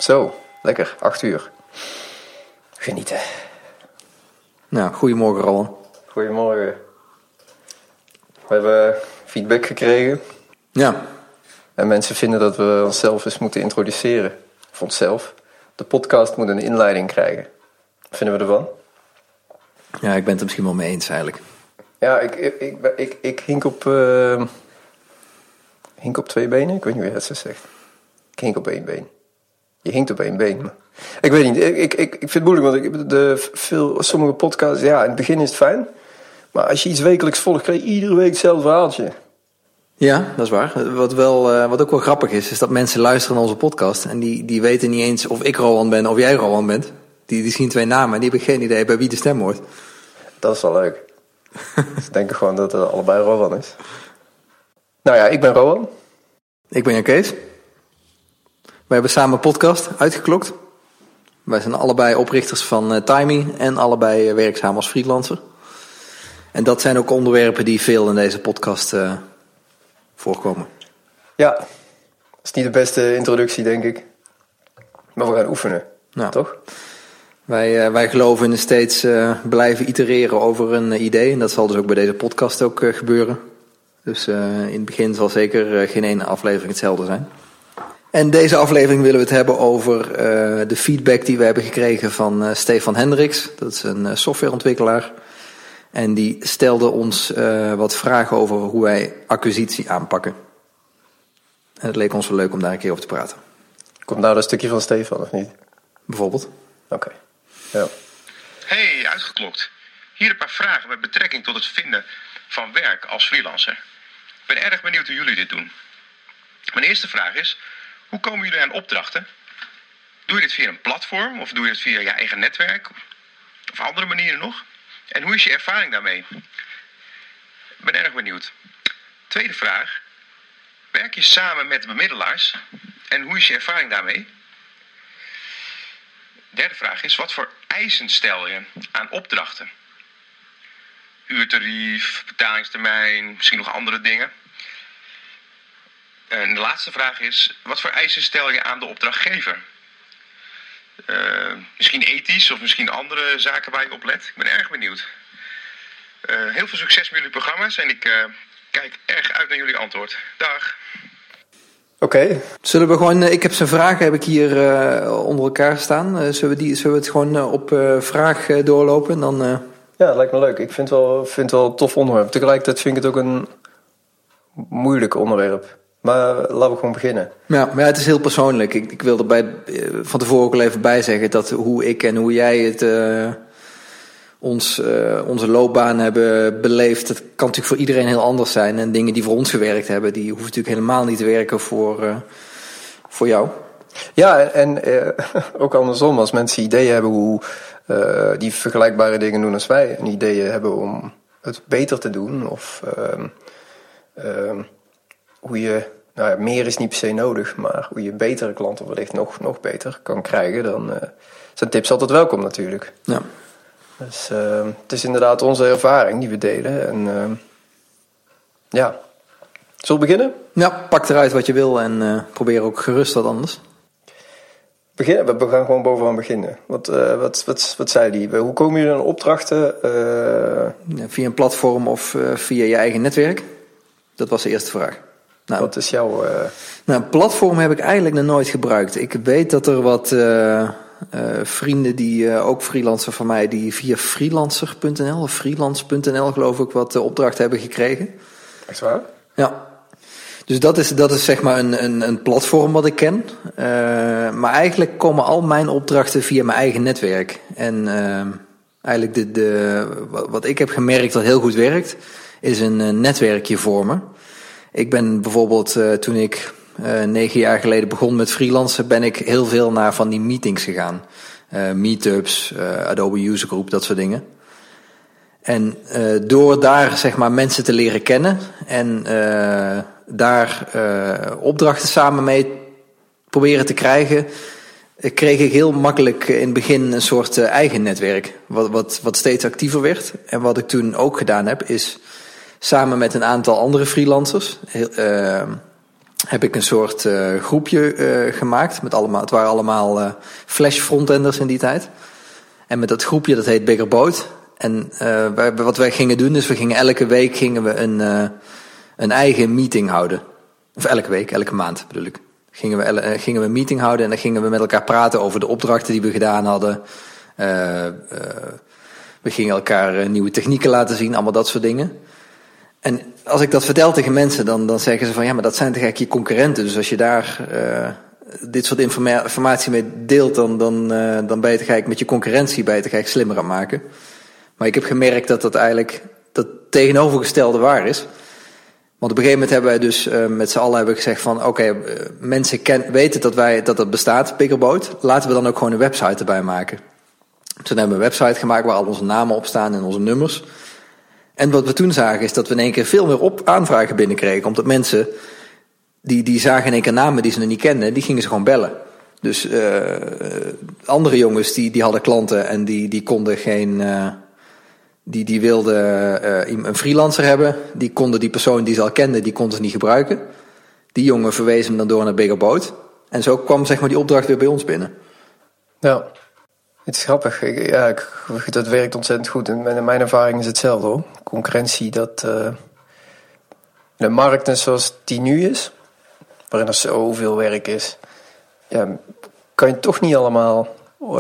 Zo, lekker, 8 uur. Genieten. Nou, goedemorgen Rowan. Goedemorgen. We hebben feedback gekregen. Ja. En mensen vinden dat we onszelf eens moeten introduceren. Of onszelf. De podcast moet een inleiding krijgen. Wat vinden we ervan? Ja, ik ben het er misschien wel mee eens eigenlijk. Ja, ik hink op 2 benen. Ik weet niet hoe je het zo zegt. Ik hink op 1 been. Je hinkt op 1 been. Maar ik weet niet. Ik vind het moeilijk, want sommige podcasts, ja, in het begin is het fijn. Maar als je iets wekelijks volgt, krijg je iedere week hetzelfde verhaaltje. Ja, dat is waar. Wat ook wel grappig is dat mensen luisteren naar onze podcast. En die weten niet eens of ik Rowan ben of jij Rowan bent. Die zien 2 namen en die hebben geen idee bij wie de stem hoort. Dat is wel leuk. Ze denken gewoon dat het allebei Rowan is. Nou ja, ik ben Rowan. Ik ben Jan Kees. We hebben samen een podcast uitgeklokt. Wij zijn allebei oprichters van Timey en allebei werkzaam als freelancer. En dat zijn ook onderwerpen die veel in deze podcast voorkomen. Ja, dat is niet de beste introductie, denk ik. Maar we gaan oefenen, Nou, toch? Wij geloven in steeds blijven itereren over een idee. En dat zal dus ook bij deze podcast ook gebeuren. Dus in het begin zal zeker geen ene aflevering hetzelfde zijn. En deze aflevering willen we het hebben over de feedback die we hebben gekregen van Stefan Hendricks. Dat is een softwareontwikkelaar. En die stelde ons wat vragen over hoe wij acquisitie aanpakken. En het leek ons wel leuk om daar een keer over te praten. Komt nou dat stukje van Stefan, of niet? Bijvoorbeeld. Oké. Ja. Hey, uitgeklokt. Hier een paar vragen met betrekking tot het vinden van werk als freelancer. Ik ben erg benieuwd hoe jullie dit doen. Mijn eerste vraag is, hoe komen jullie aan opdrachten? Doe je dit via een platform of doe je het via je eigen netwerk? Of andere manieren nog? En hoe is je ervaring daarmee? Ik ben erg benieuwd. Tweede vraag. Werk je samen met bemiddelaars? En hoe is je ervaring daarmee? Derde vraag is, wat voor eisen stel je aan opdrachten? Uurtarief, betalingstermijn, misschien nog andere dingen. En de laatste vraag is, wat voor eisen stel je aan de opdrachtgever? Misschien ethisch of misschien andere zaken waar je op let. Ik ben erg benieuwd. Heel veel succes met jullie programma's en ik kijk erg uit naar jullie antwoord. Dag. Oké. Zullen we gewoon, ik heb zijn vragen heb ik hier onder elkaar staan. Zullen we het gewoon op vraag doorlopen? En dan, Ja, dat lijkt me leuk. Ik vind het wel een tof onderwerp. Tegelijkertijd vind ik het ook een moeilijk onderwerp. Maar laten we gewoon beginnen. Ja, maar het is heel persoonlijk. Ik wil er van tevoren ook al even bij zeggen dat hoe ik en hoe jij het onze loopbaan hebben beleefd, dat kan natuurlijk voor iedereen heel anders zijn. En dingen die voor ons gewerkt hebben, die hoeven natuurlijk helemaal niet te werken voor jou. Ja, en ook andersom, als mensen ideeën hebben hoe die vergelijkbare dingen doen als wij, en ideeën hebben om het beter te doen, of hoe je, nou ja, meer is niet per se nodig, maar hoe je betere klanten wellicht nog beter kan krijgen, dan zijn tips altijd welkom natuurlijk. Ja. Dus het is inderdaad onze ervaring die we delen. En ja, zullen we beginnen? Ja, pak eruit wat je wil en probeer ook gerust wat anders. We gaan gewoon bovenaan beginnen. Wat zei die? Hoe komen jullie aan opdrachten? Via een platform of via je eigen netwerk? Dat was de eerste vraag. Nou, wat is jouw... Nou, een platform heb ik eigenlijk nog nooit gebruikt. Ik weet dat er wat vrienden die ook freelancer van mij, die via freelancer.nl of freelance.nl geloof ik wat opdrachten hebben gekregen. Echt waar? Ja. Dus dat is zeg maar een platform wat ik ken. Maar eigenlijk komen al mijn opdrachten via mijn eigen netwerk. En eigenlijk wat ik heb gemerkt dat heel goed werkt, is een netwerkje vormen. Ik ben bijvoorbeeld toen ik 9 jaar geleden begon met freelancen, ben ik heel veel naar van die meetings gegaan. Meetups, Adobe User Group, dat soort dingen. En door daar zeg maar mensen te leren kennen en daar opdrachten samen mee proberen te krijgen, kreeg ik heel makkelijk in het begin een soort eigen netwerk, wat steeds actiever werd. En wat ik toen ook gedaan heb, is samen met een aantal andere freelancers heb ik een soort groepje gemaakt. Het waren allemaal Flash frontenders in die tijd. En met dat groepje, dat heet Bigger Boat. En wat wij gingen doen, is elke week een eigen meeting houden. Of elke maand bedoel ik. Gingen we een meeting houden en dan gingen we met elkaar praten over de opdrachten die we gedaan hadden. We gingen elkaar nieuwe technieken laten zien, allemaal dat soort dingen. En als ik dat vertel tegen mensen, dan zeggen ze van ja, maar dat zijn toch eigenlijk je concurrenten. Dus als je daar dit soort informatie mee deelt, dan ben je toch eigenlijk met je concurrentie slimmer aan het maken. Maar ik heb gemerkt dat eigenlijk dat tegenovergestelde waar is. Want op een gegeven moment hebben wij dus met z'n allen gezegd van oké, mensen weten dat het bestaat, Bigger Boat. Laten we dan ook gewoon een website erbij maken. Toen hebben we een website gemaakt waar al onze namen op staan en onze nummers. En wat we toen zagen is dat we in één keer veel meer aanvragen binnenkregen. Omdat mensen, die zagen in één keer namen die ze nog niet kenden, die gingen ze gewoon bellen. Dus andere jongens die hadden klanten en die konden geen... Die wilden een freelancer hebben. Die konden die persoon die ze al kenden, die konden ze niet gebruiken. Die jongen verwezen hem dan door naar Bigger Boat. En zo kwam zeg maar die opdracht weer bij ons binnen. Ja, het is grappig. Dat werkt ontzettend goed. En mijn ervaring is hetzelfde hoor. Concurrentie, de markt net zoals die nu is, waarin er zoveel werk is, ja, kan je toch niet allemaal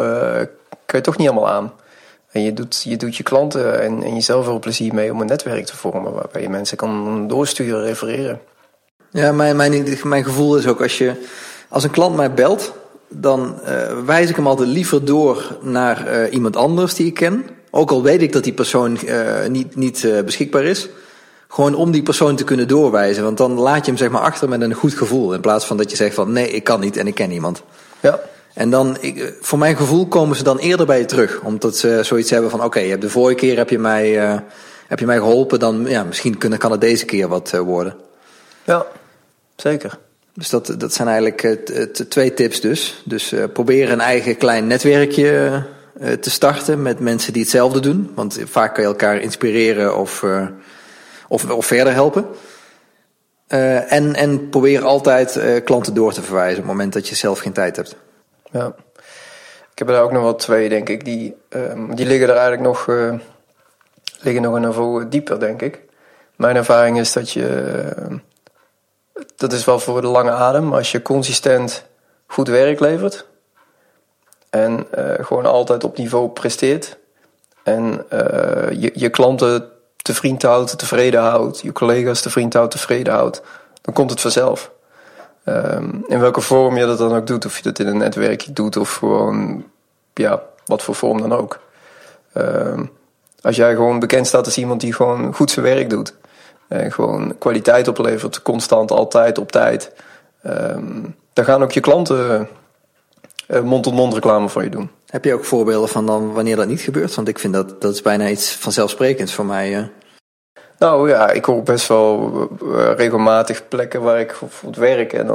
aan. En je doet je klanten en jezelf veel plezier mee om een netwerk te vormen waarbij je mensen kan doorsturen, refereren. Ja, mijn gevoel is ook als een klant mij belt, dan wijs ik hem altijd liever door naar iemand anders die ik ken. Ook al weet ik dat die persoon niet beschikbaar is. Gewoon om die persoon te kunnen doorwijzen. Want dan laat je hem zeg maar achter met een goed gevoel. In plaats van dat je zegt van nee, ik kan niet en ik ken niemand. Ja. En dan, voor mijn gevoel komen ze dan eerder bij je terug. Omdat ze zoiets hebben van oké, de vorige keer heb je mij geholpen. Dan ja, misschien kan het deze keer wat worden. Ja, zeker. Dus dat zijn eigenlijk 2 tips dus. Dus probeer een eigen klein netwerkje te starten met mensen die hetzelfde doen. Want vaak kan je elkaar inspireren of verder helpen. En probeer altijd klanten door te verwijzen op het moment dat je zelf geen tijd hebt. Ja, ik heb er ook nog wel 2, denk ik. Die liggen er eigenlijk nog een niveau dieper, denk ik. Mijn ervaring is dat is wel voor de lange adem, maar als je consistent goed werk levert en gewoon altijd op niveau presteert en je klanten te vriend houdt, tevreden houdt, je collega's te vriend houdt, tevreden houdt, dan komt het vanzelf. In welke vorm je dat dan ook doet, of je dat in een netwerkje doet of gewoon, ja, wat voor vorm dan ook. Als jij gewoon bekend staat als iemand die gewoon goed zijn werk doet en gewoon kwaliteit oplevert, constant, altijd, op tijd, dan gaan ook je klanten mond-tot-mond reclame voor je doen. Heb je ook voorbeelden van dan wanneer dat niet gebeurt? Want ik vind dat is bijna iets vanzelfsprekends voor mij. Nou ja, ik hoor best wel regelmatig plekken waar ik voor het werk en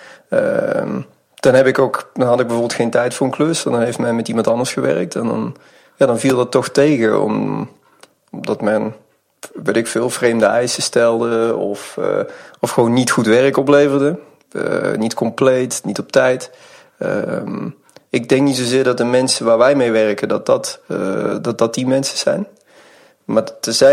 dan had ik bijvoorbeeld geen tijd voor een klus. Dan heeft men met iemand anders gewerkt en dan viel dat toch tegen omdat men, weet ik veel, vreemde eisen stelde of gewoon niet goed werk opleverde. Niet compleet, niet op tijd. Ik denk niet zozeer dat de mensen waar wij mee werken, dat die mensen zijn. Maar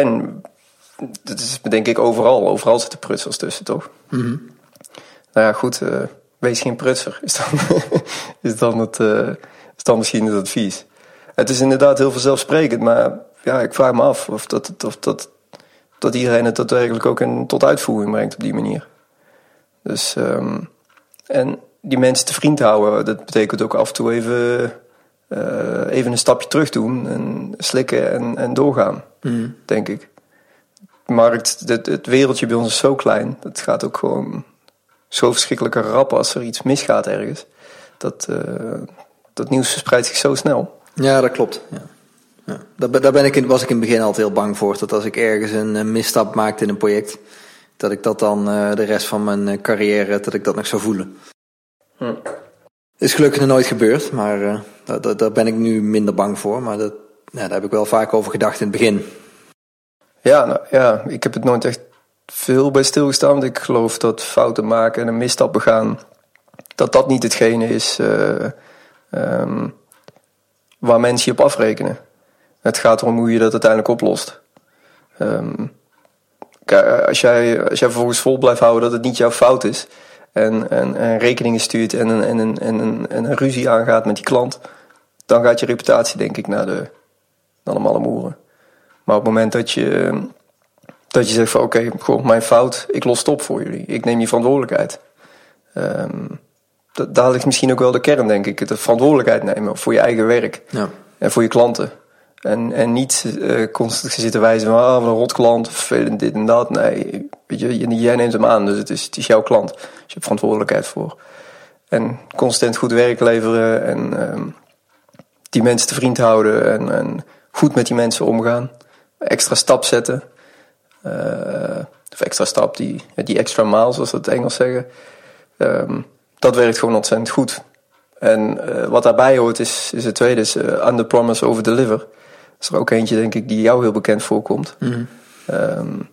dat is denk ik overal. Overal zitten prutsers tussen, toch? Mm-hmm. Nou ja, goed, wees geen prutser, is dan misschien het advies. Het is inderdaad heel vanzelfsprekend, maar ja, ik vraag me af of dat iedereen het daadwerkelijk ook tot uitvoering brengt op die manier. Dus, en die mensen te vriend houden, dat betekent ook af en toe even een stapje terug doen en slikken en doorgaan, denk ik. Maar het wereldje bij ons is zo klein, het gaat ook gewoon zo verschrikkelijk rap als er iets misgaat ergens. Dat nieuws verspreidt zich zo snel. Ja, dat klopt. Ja. Ja. Daar was ik in het begin altijd heel bang voor. Dat als ik ergens een misstap maakte in een project, dat ik dat dan de rest van mijn carrière, dat ik dat nog zou voelen. Is gelukkig nog nooit gebeurd, maar daar ben ik nu minder bang voor. Maar daar heb ik wel vaak over gedacht in het begin. Ja, ik heb het nooit echt veel bij stilgestaan. Want ik geloof dat fouten maken en een misstap begaan, dat niet hetgene is waar mensen je op afrekenen. Het gaat erom hoe je dat uiteindelijk oplost. Als jij vervolgens vol blijft houden dat het niet jouw fout is en rekeningen stuurt en een ruzie aangaat met die klant, dan gaat je reputatie denk ik naar de malle moeren. Maar op het moment dat je zegt van oké, gewoon mijn fout, ik los het op voor jullie. Ik neem die verantwoordelijkheid. Daar ligt misschien ook wel de kern, denk ik. De verantwoordelijkheid nemen voor je eigen werk. Ja. En voor je klanten. En niet constant zitten wijzen van wat een rotklant, vervelend dit en dat. Nee, weet je, jij neemt hem aan, dus het is jouw klant. Dus je hebt verantwoordelijkheid voor. En constant goed werk leveren en die mensen te vriend houden en goed met die mensen omgaan. Extra stap zetten. Of extra stap, die extra mile, zoals ze het Engels zeggen. Dat werkt gewoon ontzettend goed. En wat daarbij hoort is het tweede, is under promise, over deliver. Dat is er ook eentje, denk ik, die jou heel bekend voorkomt. Mm-hmm.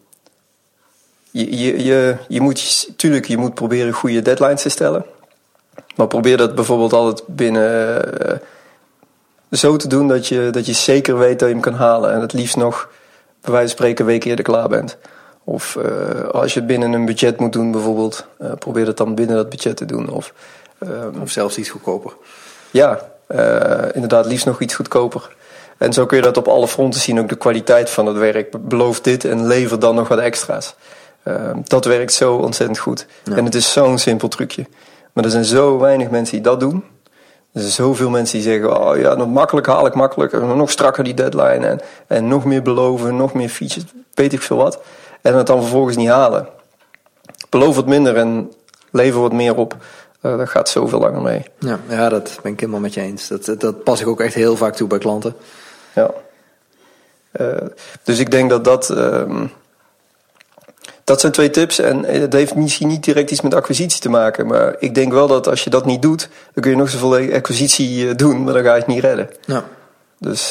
Je moet proberen goede deadlines te stellen. Maar probeer dat bijvoorbeeld altijd binnen zo te doen dat je zeker weet dat je hem kan halen. En het liefst nog, bij wijze van spreken, een week eerder klaar bent. Of als je het binnen een budget moet doen bijvoorbeeld, probeer dat dan binnen dat budget te doen. Of zelfs iets goedkoper. Ja, inderdaad, liefst nog iets goedkoper. En zo kun je dat op alle fronten zien, ook de kwaliteit van het werk. Beloof dit en lever dan nog wat extra's. Dat werkt zo ontzettend goed. Ja. En het is zo'n simpel trucje. Maar er zijn zo weinig mensen die dat doen. Er zijn zoveel mensen die zeggen, oh ja, makkelijk haal ik makkelijk. En nog strakker die deadline en nog meer beloven, nog meer features, weet ik veel wat. En het dan vervolgens niet halen. Beloof wat minder en lever wat meer op. Dat gaat zoveel langer mee. Ja, dat ben ik helemaal met je eens. Dat pas ik ook echt heel vaak toe bij klanten. Ja. Dus ik denk dat zijn 2 tips. En het heeft misschien niet direct iets met acquisitie te maken. Maar ik denk wel dat als je dat niet doet, dan kun je nog zoveel acquisitie doen, maar dan ga je het niet redden. Ja. Dus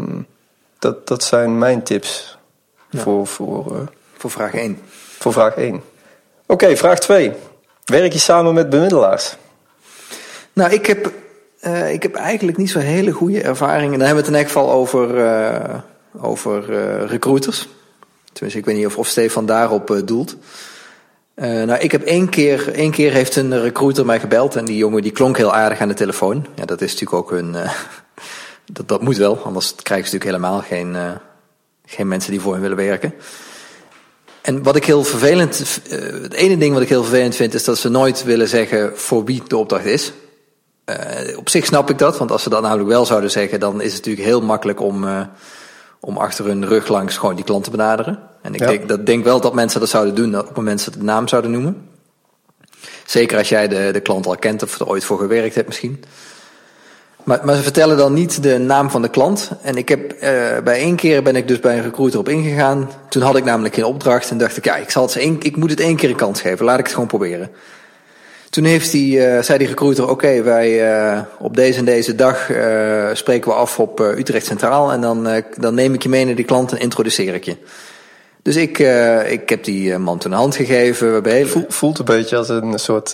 dat zijn mijn tips. Ja. Voor vraag 1. Voor vraag 1. Oké, vraag 2. Werk je samen met bemiddelaars? Nou, ik heb eigenlijk niet zo hele goede ervaringen. Dan hebben we het in elk geval over recruiters. Tenminste, ik weet niet of Stefan daarop doelt. Nou, ik heb één keer heeft een recruiter mij gebeld. En die jongen die klonk heel aardig aan de telefoon. Ja, dat is natuurlijk ook hun... dat moet wel, anders krijgen ze natuurlijk helemaal geen mensen die voor hen willen werken. En wat ik heel vervelend... het ene ding wat ik heel vervelend vind, is dat ze nooit willen zeggen voor wie de opdracht is. Op zich snap ik dat, want als ze dat namelijk wel zouden zeggen, dan is het natuurlijk heel makkelijk om achter hun rug langs gewoon die klant te benaderen. En ik denk wel dat mensen dat zouden doen op het moment dat ze de naam zouden noemen. Zeker als jij de klant al kent of er ooit voor gewerkt hebt misschien. Maar ze vertellen dan niet de naam van de klant. En ik heb bij 1 keer ben ik dus bij een recruiter op ingegaan. Toen had ik namelijk geen opdracht en dacht ik, ja, ik moet het 1 keer een kans geven. Laat ik het gewoon proberen. Toen zei die recruiter, oké, wij op deze en deze dag spreken we af op Utrecht Centraal. En dan neem ik je mee naar die klant en introduceer ik je. Dus ik heb die man toen een hand gegeven. Voelt een beetje als een soort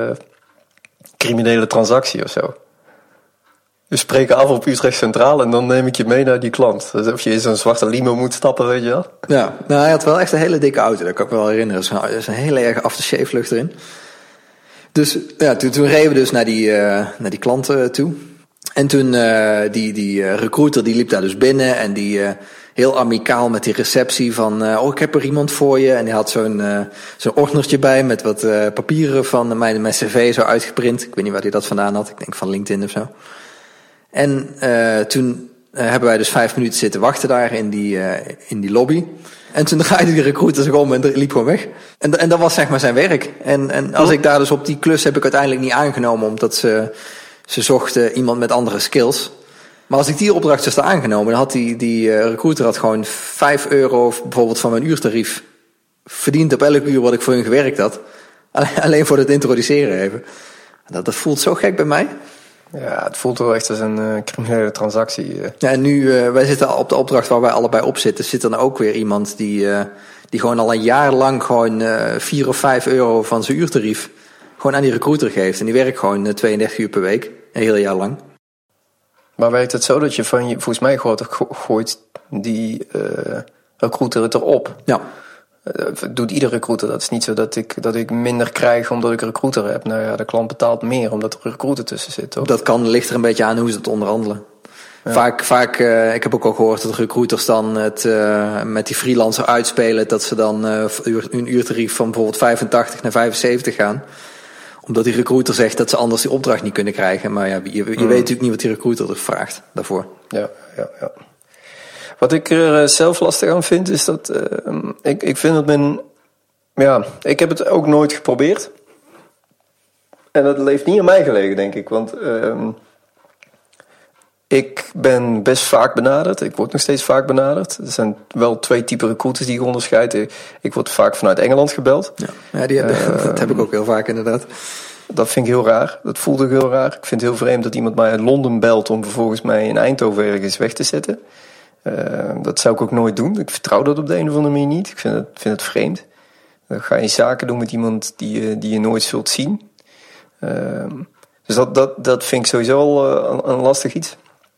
criminele transactie of zo. We spreken af op Utrecht Centraal en dan neem ik je mee naar die klant. Dus of je in zo'n zwarte limo moet stappen, weet je wel. Ja, nou, hij had wel echt een hele dikke auto, dat kan ik me wel herinneren. Er is een hele erg aftershave lucht erin. Dus ja, toen reden we dus naar die klant toe. En toen die recruiter die liep daar dus binnen en die heel amicaal met die receptie van ik heb er iemand voor je. En die had zo'n ordnertje bij met wat papieren van mijn cv zo uitgeprint. Ik weet niet waar hij dat vandaan had, ik denk van LinkedIn of zo. En toen hebben wij dus 5 minuten zitten wachten daar in die lobby. En toen draaide die recruiter zich om en liep gewoon weg. En dat was zeg maar zijn werk. En als ik daar dus op die klus heb ik uiteindelijk niet aangenomen, omdat ze zochten iemand met andere skills. Maar als ik die opdracht dus had aangenomen, dan had die recruiter had gewoon €5 bijvoorbeeld van mijn uurtarief verdiend op elk uur wat ik voor hun gewerkt had. Alleen voor het introduceren even. Dat voelt zo gek bij mij. Ja, het voelt wel echt als een criminele transactie. Ja, en nu, wij zitten op de opdracht waar wij allebei op zitten, zit dan ook weer iemand die gewoon al een jaar lang gewoon 4 of 5 euro van zijn uurtarief gewoon aan die recruiter geeft. En die werkt gewoon 32 uur per week, een heel jaar lang. Maar werkt het zo dat je volgens mij gooit die recruiter het erop? Ja. Doet iedere recruiter. Dat is niet zo dat ik minder krijg omdat ik een recruiter heb. Nou ja, de klant betaalt meer omdat er een recruiter tussen zit, toch? Dat ligt er een beetje aan hoe ze het onderhandelen. Ja. Vaak ik heb ook al gehoord dat recruiters dan het met die freelancer uitspelen, dat ze dan een uurtarief van bijvoorbeeld 85 naar 75 gaan. Omdat die recruiter zegt dat ze anders die opdracht niet kunnen krijgen. Maar ja, je weet natuurlijk niet wat die recruiter er vraagt daarvoor. Ja. Wat ik er zelf lastig aan vind, is dat ik vind dat men... Ja, ik heb het ook nooit geprobeerd. En dat heeft niet aan mij gelegen, denk ik. Want ik ben best vaak benaderd. Ik word nog steeds vaak benaderd. Er zijn wel 2 typen recruiters die ik onderscheid. Ik word vaak vanuit Engeland gebeld. Ja, dat heb ik ook heel vaak inderdaad. Dat vind ik heel raar. Dat voelde ik heel raar. Ik vind het heel vreemd dat iemand mij uit Londen belt om vervolgens mij in Eindhoven ergens weg te zetten. Dat zou ik ook nooit doen. Ik vertrouw dat op de een of andere manier niet. Ik vind het vreemd. Dan ga je zaken doen met iemand die je nooit zult zien. Dus dat vind ik sowieso al een lastig iets.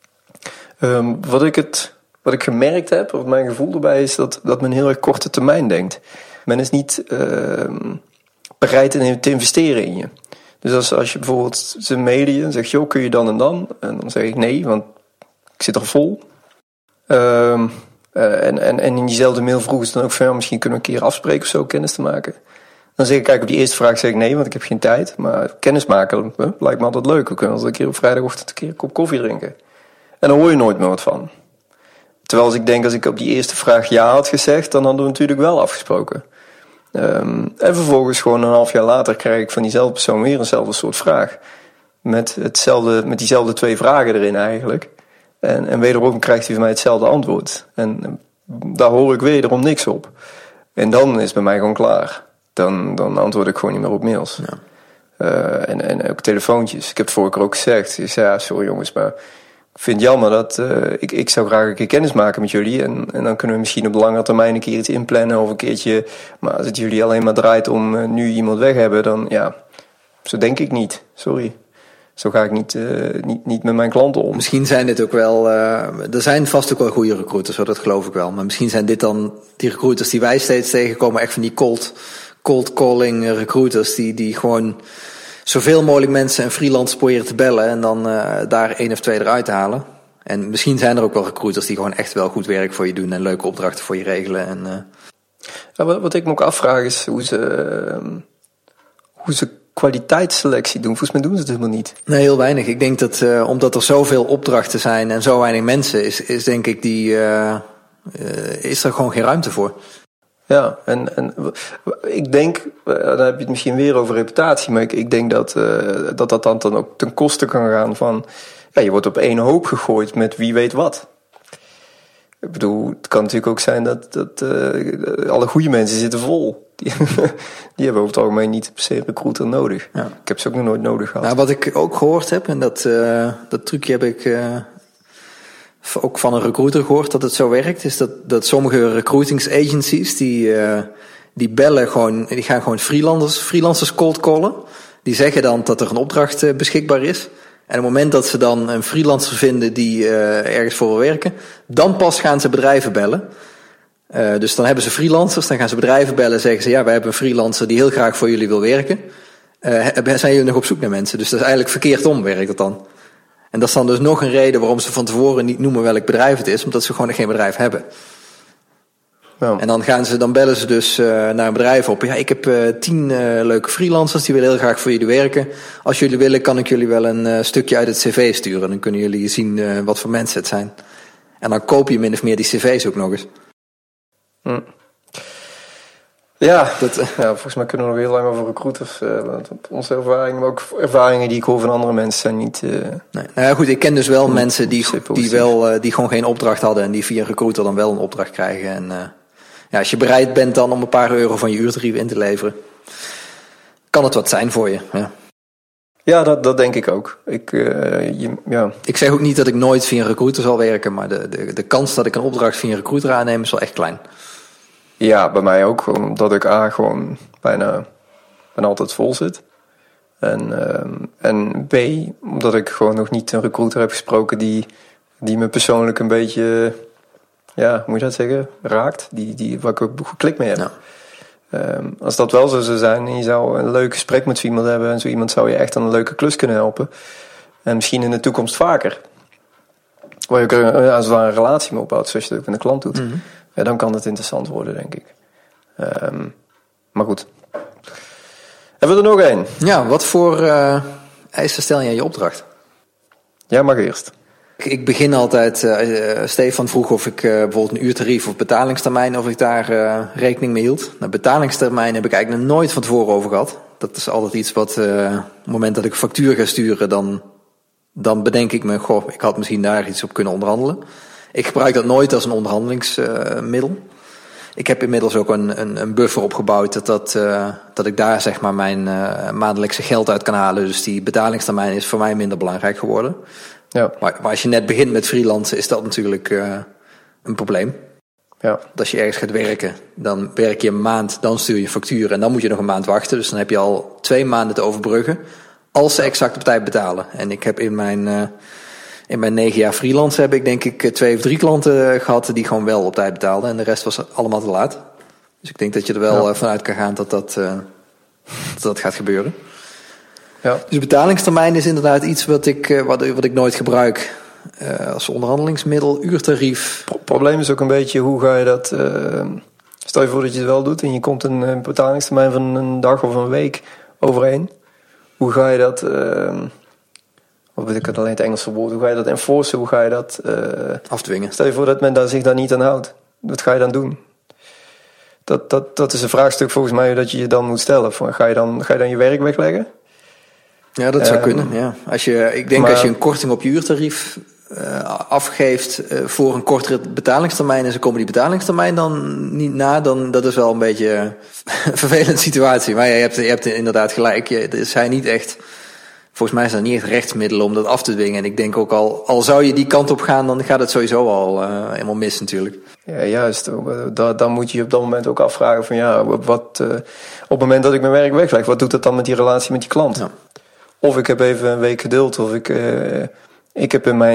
Wat ik gemerkt heb, of mijn gevoel erbij is dat men heel erg korte termijn denkt. Men is niet bereid te investeren in je. Dus als je bijvoorbeeld ze mailen je en zegt, joh, kun je dan en dan? En dan zeg ik nee, want ik zit er vol. En in diezelfde mail vroegen ze dan ook van, misschien kunnen we een keer afspreken of zo, kennis te maken. Dan zeg ik, kijk, op die eerste vraag zeg ik nee, want ik heb geen tijd. Maar kennis maken lijkt me altijd leuk. We kunnen altijd een keer op vrijdagochtend een keer een kop koffie drinken. En dan hoor je nooit meer wat van. Terwijl als ik op die eerste vraag ja had gezegd, dan hadden we natuurlijk wel afgesproken. En vervolgens gewoon een half jaar later krijg ik van diezelfde persoon weer eenzelfde soort vraag. Met diezelfde 2 vragen erin eigenlijk. En wederom krijgt hij van mij hetzelfde antwoord. En daar hoor ik wederom niks op. En dan is het bij mij gewoon klaar. Dan antwoord ik gewoon niet meer op mails. Ja. En ook telefoontjes. Ik heb het vorige keer ook gezegd. Ik zei, ja, sorry jongens, maar ik vind het jammer dat ik zou graag een keer kennis maken met jullie. En dan kunnen we misschien op de lange termijn een keer iets inplannen of een keertje. Maar als het jullie alleen maar draait om nu iemand weg hebben, dan ja, zo denk ik niet. Sorry. Zo ga ik niet met mijn klanten om. Misschien zijn dit ook wel... er zijn vast ook wel goede recruiters, dat geloof ik wel. Maar misschien zijn dit dan die recruiters die wij steeds tegenkomen, echt van die cold calling recruiters die gewoon zoveel mogelijk mensen en freelancers proberen te bellen en dan daar 1 of 2 eruit te halen. En misschien zijn er ook wel recruiters die gewoon echt wel goed werk voor je doen en leuke opdrachten voor je regelen. En, wat ik me ook afvraag is hoe ze kwaliteitsselectie doen. Volgens mij doen ze het helemaal niet. Nee, heel weinig. Ik denk dat omdat er zoveel opdrachten zijn en zo weinig mensen is denk ik is er gewoon geen ruimte voor. Ja, en ik denk, dan heb je het misschien weer over reputatie, maar ik denk dat dan ook ten koste kan gaan van, ja, je wordt op 1 hoop gegooid met wie weet wat. Ik bedoel, het kan natuurlijk ook zijn dat alle goede mensen zitten vol. Die hebben over het algemeen niet per se een recruiter nodig. Ja. Ik heb ze ook nog nooit nodig gehad. Nou, wat ik ook gehoord heb, en dat trucje heb ik ook van een recruiter gehoord dat het zo werkt, is dat sommige recruitingsagencies die bellen gewoon, die gaan gewoon freelancers cold callen. Die zeggen dan dat er een opdracht beschikbaar is. En op het moment dat ze dan een freelancer vinden die ergens voor wil werken, dan pas gaan ze bedrijven bellen. Dus dan hebben ze freelancers, dan gaan ze bedrijven bellen en zeggen ze, ja, wij hebben een freelancer die heel graag voor jullie wil werken. Zijn jullie nog op zoek naar mensen? Dus dat is eigenlijk verkeerd om, werkt dat dan. En dat is dan dus nog een reden waarom ze van tevoren niet noemen welk bedrijf het is, omdat ze gewoon geen bedrijf hebben. Ja. En dan bellen ze dus naar een bedrijf op. Ja, ik heb 10 leuke freelancers, die willen heel graag voor jullie werken. Als jullie willen, kan ik jullie wel een stukje uit het cv sturen. Dan kunnen jullie zien wat voor mensen het zijn. En dan koop je min of meer die cv's ook nog eens. Ja, volgens mij kunnen we nog heel lang over recruiters. Want onze ervaringen, maar ook ervaringen die ik hoor van andere mensen zijn niet... Nee. Nou ja, goed, ik ken dus wel mensen die gewoon geen opdracht hadden en die via een recruiter dan wel een opdracht krijgen. En als je bereid bent dan om een paar euro van je uurtarief in te leveren, kan het wat zijn voor je. Ja. Ja, dat denk ik ook. Ik zeg ook niet dat ik nooit via een recruiter zal werken, maar de kans dat ik een opdracht via een recruiter aanneem is wel echt klein. Ja, bij mij ook. Omdat ik gewoon bijna altijd vol zit. En B, omdat ik gewoon nog niet een recruiter heb gesproken die me persoonlijk een beetje, hoe moet je dat zeggen, raakt. Waar ik ook goed klik mee heb. Ja. Als dat wel zo zou zijn en je zou een leuk gesprek met zo iemand hebben en zo iemand zou je echt aan een leuke klus kunnen helpen. En misschien in de toekomst vaker. Waar je ook als het ware een relatie mee opbouwt, zoals je dat ook met een klant doet. Mm-hmm. Ja, dan kan het interessant worden, denk ik. Maar goed. Hebben we er nog één? Ja, wat voor eisen stel je aan je opdracht? Ja, mag eerst. Ik begin altijd, Stefan vroeg of ik bijvoorbeeld een uurtarief of betalingstermijn, of ik daar rekening mee hield. Nou, betalingstermijn heb ik eigenlijk nog nooit van tevoren over gehad. Dat is altijd iets wat, op het moment dat ik een factuur ga sturen, dan bedenk ik me, ik had misschien daar iets op kunnen onderhandelen. Ik gebruik dat nooit als een onderhandelingsmiddel. Ik heb inmiddels ook een buffer opgebouwd dat ik daar zeg maar mijn maandelijkse geld uit kan halen. Dus die betalingstermijn is voor mij minder belangrijk geworden. Ja. Maar als je net begint met freelancen is dat natuurlijk een probleem. Ja. Want als je ergens gaat werken, dan werk je een maand, dan stuur je factuur en dan moet je nog een maand wachten. Dus dan heb je al 2 maanden te overbruggen als ze exact op tijd betalen. En ik heb in mijn 9 jaar freelance heb ik denk ik 2 of 3 klanten gehad die gewoon wel op tijd betaalden. En de rest was allemaal te laat. Dus ik denk dat je er wel vanuit kan gaan dat gaat gebeuren. Ja. Dus betalingstermijn is inderdaad iets wat ik nooit gebruik als onderhandelingsmiddel. Uurtarief. Het probleem is ook een beetje hoe ga je dat. Stel je voor dat je het wel doet en je komt een betalingstermijn van een dag of een week overeen. Hoe ga je dat. Wat weet ik het alleen het Engelse woord. Hoe ga je dat enforcen? Hoe ga je dat afdwingen? Stel je voor dat men zich daar niet aan houdt. Wat ga je dan doen? Dat is een vraagstuk volgens mij dat je dan moet stellen. Ga je dan je werk wegleggen? Ja, dat zou kunnen. Ja. Als je een korting op je uurtarief afgeeft voor een kortere betalingstermijn en ze komen die betalingstermijn dan niet na, dan dat is wel een beetje een vervelende situatie. Maar je hebt inderdaad gelijk. Er zijn niet echt, volgens mij zijn er niet echt rechtsmiddelen om dat af te dwingen. En ik denk ook al zou je die kant op gaan, dan gaat het sowieso al helemaal mis natuurlijk. Ja, juist. Dan moet je op dat moment ook afvragen van op het moment dat ik mijn werk wegleg, wat doet dat dan met die relatie met die klant? Ja. Of ik heb even een week geduld, of ik heb in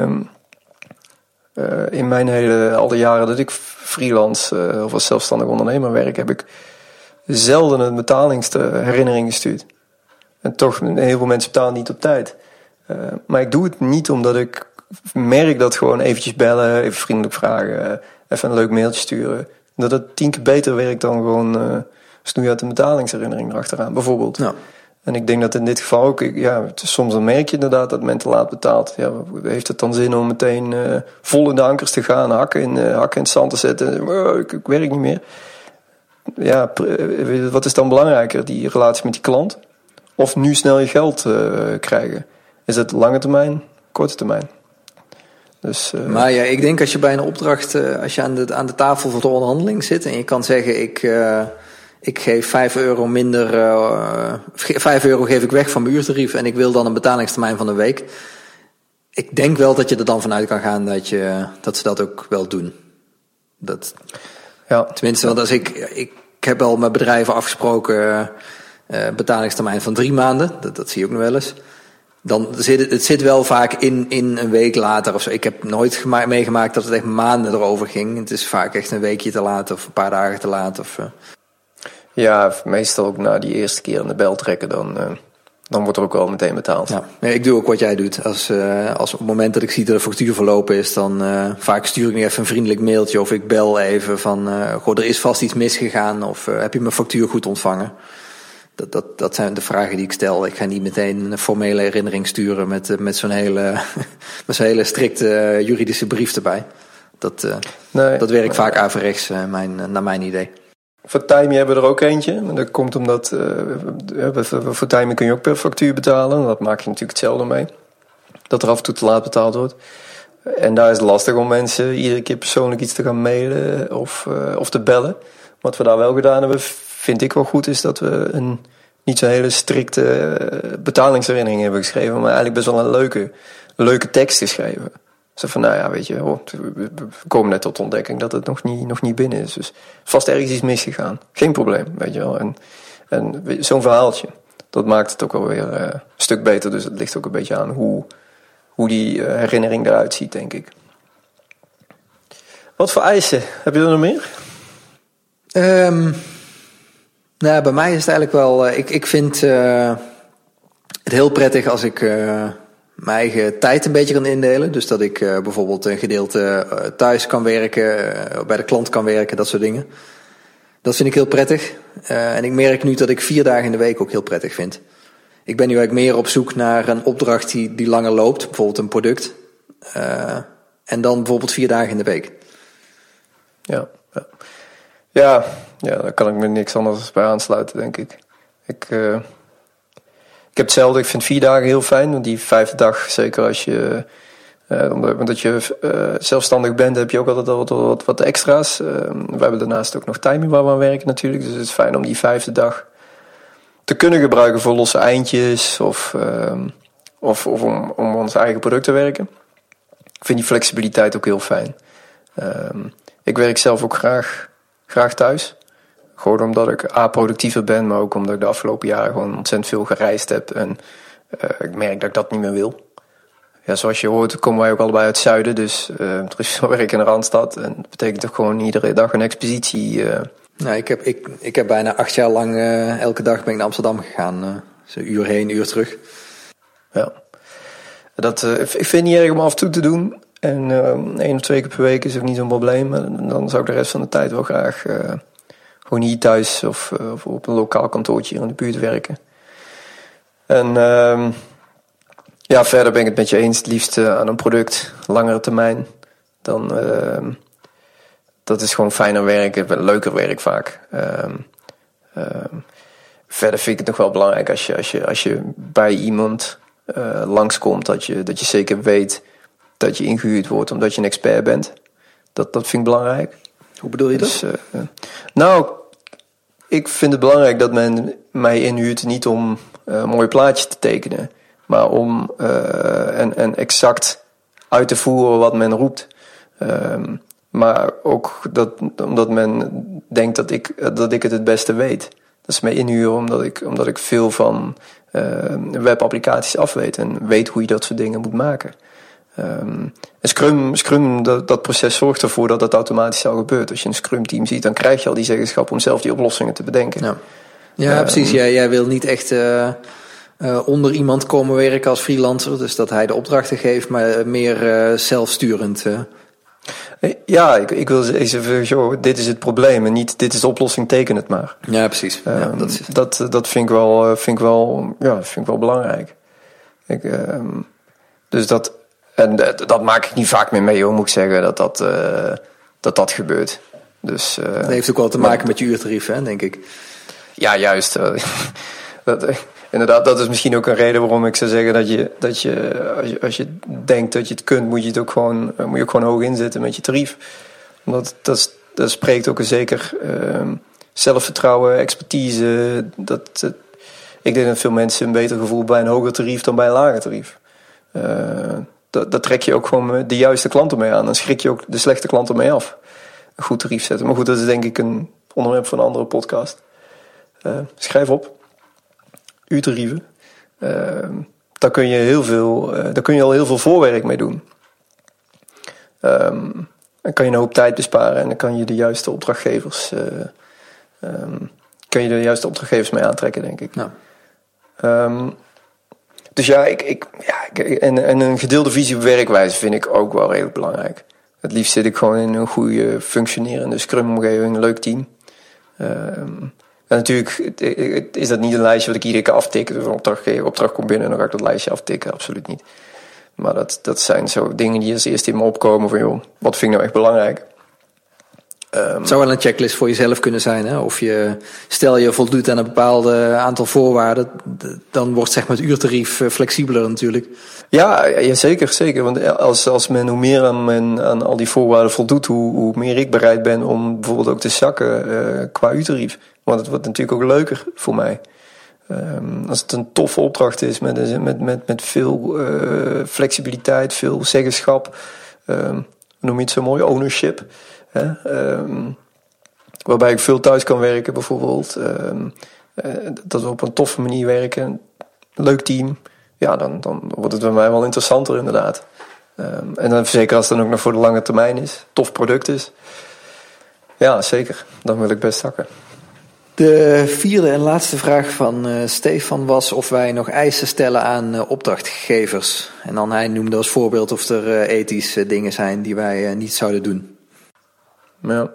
mijn al die jaren dat ik freelance of als zelfstandig ondernemer werk, heb ik zelden een betalingsherinnering gestuurd. En toch, heel veel mensen betalen niet op tijd. Maar ik doe het niet omdat ik merk dat gewoon eventjes bellen, even vriendelijk vragen, even een leuk mailtje sturen, dat het 10 keer beter werkt dan gewoon snoeien een betalingsherinnering erachteraan, bijvoorbeeld. Ja. En ik denk dat in dit geval ook, soms dan merk je inderdaad dat men te laat betaalt. Ja, heeft het dan zin om meteen vol in de ankers te gaan, hakken in het zand te zetten? Ik werk niet meer. Ja, wat is dan belangrijker, die relatie met die klant? Of nu snel je geld krijgen? Is het lange termijn, korte termijn? Dus, maar ja, ik denk als je bij een opdracht, als je aan de tafel voor de onderhandeling zit en je kan zeggen, ik geef €5 minder, €5 geef ik weg van mijn uurtarief en ik wil dan een betalingstermijn van een week. Ik denk wel dat je er dan vanuit kan gaan dat ze dat ook wel doen. Tenminste, want als ik heb wel met bedrijven afgesproken betalingstermijn van 3 maanden. Dat zie je ook nog wel eens. Dan zit wel vaak in een week later of zo. Ik heb nooit meegemaakt dat het echt maanden erover ging. Het is vaak echt een weekje te laat of een paar dagen te laat. Ja, meestal ook na die eerste keer aan de bel trekken, dan wordt er ook wel meteen betaald. Ja, ik doe ook wat jij doet. Als op het moment dat ik zie dat de factuur verlopen is, dan vaak stuur ik nog even een vriendelijk mailtje of ik bel even van, er is vast iets misgegaan of heb je mijn factuur goed ontvangen? Dat zijn de vragen die ik stel. Ik ga niet meteen een formele herinnering sturen met zo'n hele strikte juridische brief erbij. Dat werkt vaak averechts, naar mijn idee. Voor timing hebben we er ook eentje. Dat komt omdat voor timing kun je ook per factuur betalen. Dat maak je natuurlijk hetzelfde mee. Dat er af en toe te laat betaald wordt. En daar is het lastig om mensen iedere keer persoonlijk iets te gaan mailen of te bellen. Wat we daar wel gedaan hebben, vind ik wel goed, is dat we een niet zo'n hele strikte betalingsherinnering hebben geschreven, maar eigenlijk best wel een leuke tekst geschreven. Zo van, nou ja, weet je, we komen net tot de ontdekking dat het nog niet binnen is. Dus vast ergens iets misgegaan. Geen probleem, weet je wel. En zo'n verhaaltje, dat maakt het ook alweer een stuk beter. Dus het ligt ook een beetje aan hoe die herinnering eruit ziet, denk ik. Wat voor eisen? Heb je er nog meer? Nou, bij mij is het eigenlijk wel... Ik vind het heel prettig als ik mijn eigen tijd een beetje kan indelen. Dus dat ik bijvoorbeeld een gedeelte thuis kan werken, bij de klant kan werken, dat soort dingen. Dat vind ik heel prettig. En ik merk nu dat ik 4 dagen in de week ook heel prettig vind. Ik ben nu eigenlijk meer op zoek naar een opdracht die langer loopt. Bijvoorbeeld een product. En dan bijvoorbeeld 4 dagen in de week. Ja, daar kan ik me niks anders bij aansluiten, denk ik. Ik heb hetzelfde. Ik vind 4 dagen heel fijn. Want die 5e dag, zeker als je... omdat je zelfstandig bent, heb je ook altijd al wat extra's. We hebben daarnaast ook nog timing waar we aan werken natuurlijk. Dus het is fijn om die 5e dag te kunnen gebruiken voor losse eindjes. Of om ons eigen product te werken. Ik vind die flexibiliteit ook heel fijn. Ik werk zelf ook graag thuis. Gewoon omdat ik productiever ben, maar ook omdat ik de afgelopen jaren gewoon ontzettend veel gereisd heb. En ik merk dat ik dat niet meer wil. Ja, zoals je hoort komen wij ook allebei uit het zuiden, dus er is veel werk in de Randstad. En dat betekent toch gewoon iedere dag een expeditie. Nou, ik heb bijna 8 jaar lang elke dag ben ik naar Amsterdam gegaan. Dus 1 uur heen, 1 uur terug. Ja. Ik vind het niet erg om af en toe te doen. En 1 of 2 keer per week is ook niet zo'n probleem. En dan zou ik de rest van de tijd wel graag gewoon hier thuis of op een lokaal kantoortje hier in de buurt werken. En verder ben ik het met je eens. Het liefst aan een product, langere termijn. Dan, dat is gewoon fijner werk, leuker werk vaak. Verder vind ik het nog wel belangrijk als je bij iemand langskomt, dat je zeker weet dat je ingehuurd wordt omdat je een expert bent. Dat vind ik belangrijk. Hoe bedoel je dat? Nou, ik vind het belangrijk dat men mij inhuurt niet om een mooi plaatje te tekenen, maar om en exact uit te voeren wat men roept. Maar ook omdat men denkt dat ik het beste weet. Dat is mij inhuren omdat ik veel van webapplicaties af weet en weet hoe je dat soort dingen moet maken. En Scrum dat proces zorgt ervoor dat dat automatisch al gebeurt. Als je een Scrum team ziet, dan krijg je al die zeggenschap om zelf die oplossingen te bedenken. Ja, precies. Jij wil niet echt onder iemand komen werken als freelancer, dus dat hij de opdrachten geeft, maar meer zelfsturend. Ja, ik wil even zeggen, dit is het probleem en niet dit is de oplossing, teken het maar. Ja, precies. Dat vind ik wel belangrijk. Dus dat maak ik niet vaak meer mee, hoor, moet ik zeggen, dat gebeurt. Dus, dat heeft ook wel te maken met je uurtarief, hè, denk ik. Ja, juist. Inderdaad, dat is misschien ook een reden waarom ik zou zeggen dat je als je denkt dat je het kunt, moet je ook gewoon hoog inzetten met je tarief. Omdat dat spreekt ook een zeker zelfvertrouwen, expertise. Ik denk dat veel mensen een beter gevoel bij een hoger tarief dan bij een lager tarief. Daar trek je ook gewoon de juiste klanten mee aan. Dan schrik je ook de slechte klanten mee af. Een goed tarief zetten. Maar goed, dat is denk ik een onderwerp voor een andere podcast. Schrijf op. Uurtarieven. Daar kun je al heel veel voorwerk mee doen. Dan kan je een hoop tijd besparen en dan kan je de juiste opdrachtgevers mee aantrekken, denk ik. Ja. Dus ja, en een gedeelde visie op werkwijze vind ik ook wel redelijk belangrijk. Het liefst zit ik gewoon in een goede functionerende Scrum-omgeving, een leuk team. En natuurlijk is dat niet een lijstje wat ik iedere keer aftik. Dus een opdracht komt binnen en dan ga ik dat lijstje aftikken. Absoluut niet. Maar dat zijn zo dingen die als eerste in me opkomen van, joh, wat vind ik nou echt belangrijk? Het zou wel een checklist voor jezelf kunnen zijn, hè? Of stel je voldoet aan een bepaald aantal voorwaarden, dan wordt zeg maar het uurtarief flexibeler natuurlijk. Ja, zeker. Want als men hoe meer aan al die voorwaarden voldoet, hoe meer ik bereid ben om bijvoorbeeld ook te zakken qua uurtarief. Want het wordt natuurlijk ook leuker voor mij. Als het een toffe opdracht is met veel flexibiliteit, veel zeggenschap, noem je het zo mooi, ownership. Waarbij ik veel thuis kan werken bijvoorbeeld. Dat we op een toffe manier werken. Leuk team. Ja, dan wordt het bij mij wel interessanter inderdaad. En dan zeker als het dan ook nog voor de lange termijn is. Tof product is. Ja, zeker. Dan wil ik best zakken. De vierde en laatste vraag van Stefan was of wij nog eisen stellen aan opdrachtgevers. En dan hij noemde als voorbeeld of er ethische dingen zijn die wij niet zouden doen. Ja.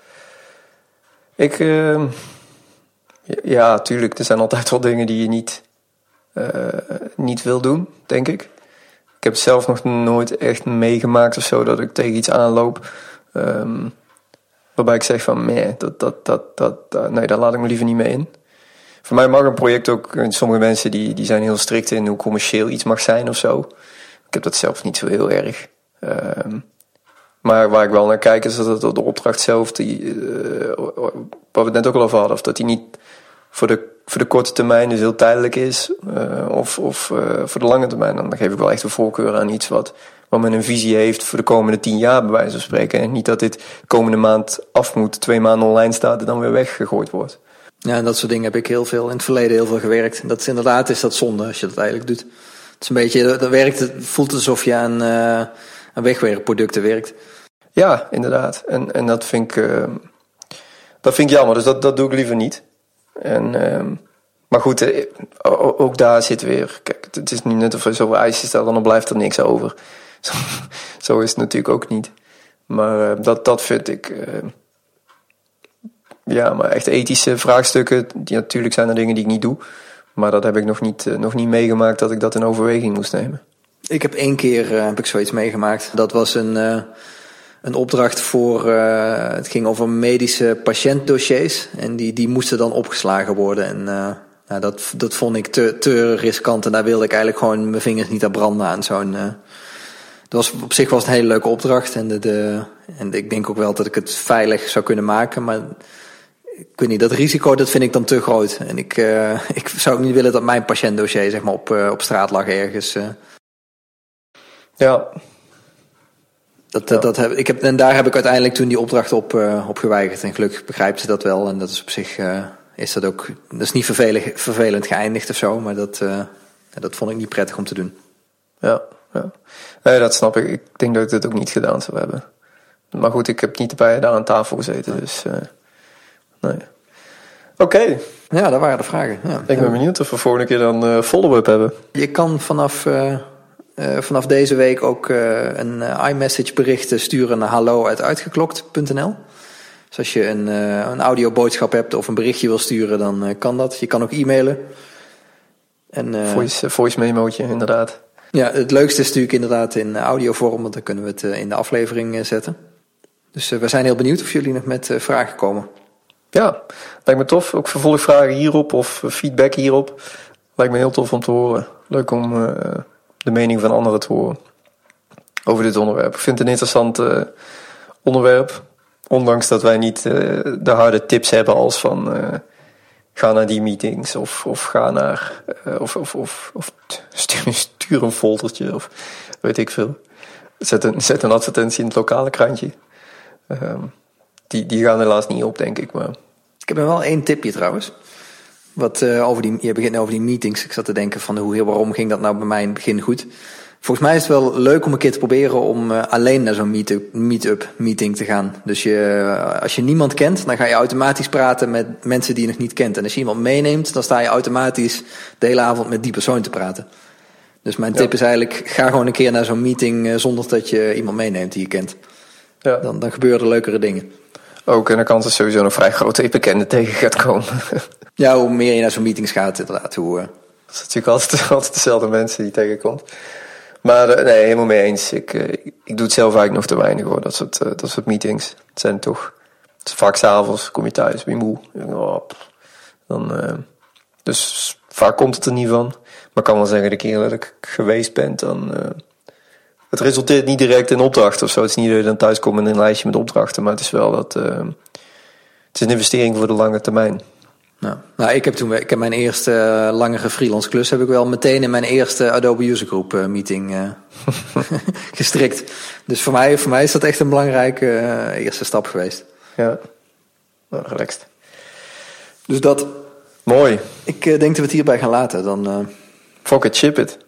Ja, tuurlijk. Er zijn altijd wel dingen die je niet wil doen, denk ik. Ik heb zelf nog nooit echt meegemaakt of zo dat ik tegen iets aanloop. Waarbij ik zeg van, nee, daar laat ik me liever niet mee in. Voor mij mag een project ook, sommige mensen die zijn heel strikt in hoe commercieel iets mag zijn of zo. Ik heb dat zelf niet zo heel erg. Maar waar ik wel naar kijk is dat de opdracht zelf, waar we het net ook al over hadden, of dat die niet voor de korte termijn dus heel tijdelijk is, of voor de lange termijn. Dan geef ik wel echt een voorkeur aan iets wat men een visie heeft voor de komende 10 jaar bij wijze van spreken. En niet dat dit komende maand af moet, 2 maanden online staat en dan weer weggegooid wordt. Ja, en dat soort dingen heb ik in het verleden heel veel gewerkt. Dat is inderdaad zonde als je dat eigenlijk doet. Het is een beetje, het voelt alsof je aan wegwerkproducten werkt. Ja, inderdaad. En dat vind ik jammer. Dus dat doe ik liever niet. Maar goed, ook daar zit weer. Kijk, het is niet net of je zoveel eisen stelt, dan blijft er niks over. Zo is het natuurlijk ook niet. Maar dat vind ik. Maar echt ethische vraagstukken. Natuurlijk zijn er dingen die ik niet doe. Maar dat heb ik nog niet meegemaakt dat ik dat in overweging moest nemen. Ik heb 1 keer heb ik zoiets meegemaakt. Dat was een opdracht voor, het ging over medische patiëntdossiers. En die moesten dan opgeslagen worden. En dat vond ik te riskant. En daar wilde ik eigenlijk gewoon mijn vingers niet aan branden aan zo'n. Op zich was het een hele leuke opdracht. En ik denk ook wel dat ik het veilig zou kunnen maken. Maar ik weet niet, dat risico dat vind ik dan te groot. En ik zou ook niet willen dat mijn patiëntdossier zeg maar op straat lag ergens. Ja. En daar heb ik uiteindelijk toen die opdracht op geweigerd. En gelukkig begrijpt ze dat wel. En dat is op zich dat is niet vervelend geëindigd of zo. Maar dat vond ik niet prettig om te doen. Ja. Nee, dat snap ik. Ik denk dat ik dit ook niet gedaan zou hebben. Maar goed, ik heb niet bij daar aan tafel gezeten. Dus nee. Oké. Ja, dat waren de vragen. Ja. Ik ben benieuwd of we volgende keer dan follow-up hebben. Je kan vanaf deze week ook een iMessage bericht sturen naar hallo@uitgeklokt.nl. Dus als je een audioboodschap hebt of een berichtje wil sturen, dan kan dat. Je kan ook e-mailen. Voice memootje, inderdaad. Ja, het leukste is natuurlijk inderdaad in audiovorm, want dan kunnen we het in de aflevering zetten. Dus we zijn heel benieuwd of jullie nog met vragen komen. Ja, lijkt me tof. Ook vervolgvragen hierop of feedback hierop. Lijkt me heel tof om te horen. Leuk om de mening van anderen te horen over dit onderwerp. Ik vind het een interessant onderwerp. Ondanks dat wij niet de harde tips hebben als van ga naar die meetings of ga naar of stuur een foldertje of weet ik veel. Zet een advertentie in het lokale krantje. Die gaan helaas niet op, denk ik. Maar ik heb nog wel 1 tipje trouwens. Je begint over die meetings. Ik zat te denken van waarom ging dat nou bij mij in het begin goed? Volgens mij is het wel leuk om een keer te proberen om alleen naar zo'n meet-up meeting te gaan. Dus als je niemand kent, dan ga je automatisch praten met mensen die je nog niet kent. En als je iemand meeneemt, dan sta je automatisch de hele avond met die persoon te praten. Dus mijn tip is eigenlijk, ga gewoon een keer naar zo'n meeting zonder dat je iemand meeneemt die je kent. Ja. Dan gebeuren er leukere dingen. Ook, en de kans is sowieso nog vrij groot dat je bekenden tegen gaat komen. Ja, hoe meer je naar zo'n meetings gaat, inderdaad. Dat is natuurlijk altijd dezelfde mensen die je tegenkomt. Maar nee, helemaal mee eens. Ik doe het zelf eigenlijk nog te weinig hoor, dat soort meetings. Het zijn toch, het is vaak 's avonds, kom je thuis, ben je moe. Dus vaak komt het er niet van. Maar ik kan wel zeggen, de keer dat ik geweest ben, dan het resulteert niet direct in opdrachten of zo. Het is niet dat je dan thuis komt met een lijstje met opdrachten, maar het is wel het is een investering voor de lange termijn. Nou, ik heb mijn eerste langere freelance klus heb ik wel meteen in mijn eerste Adobe User Group meeting gestrikt. Dus voor mij is dat echt een belangrijke eerste stap geweest. Ja, nou, relaxed. Dus dat. Mooi. Ik denk dat we het hierbij gaan laten. Dan fuck it, ship it.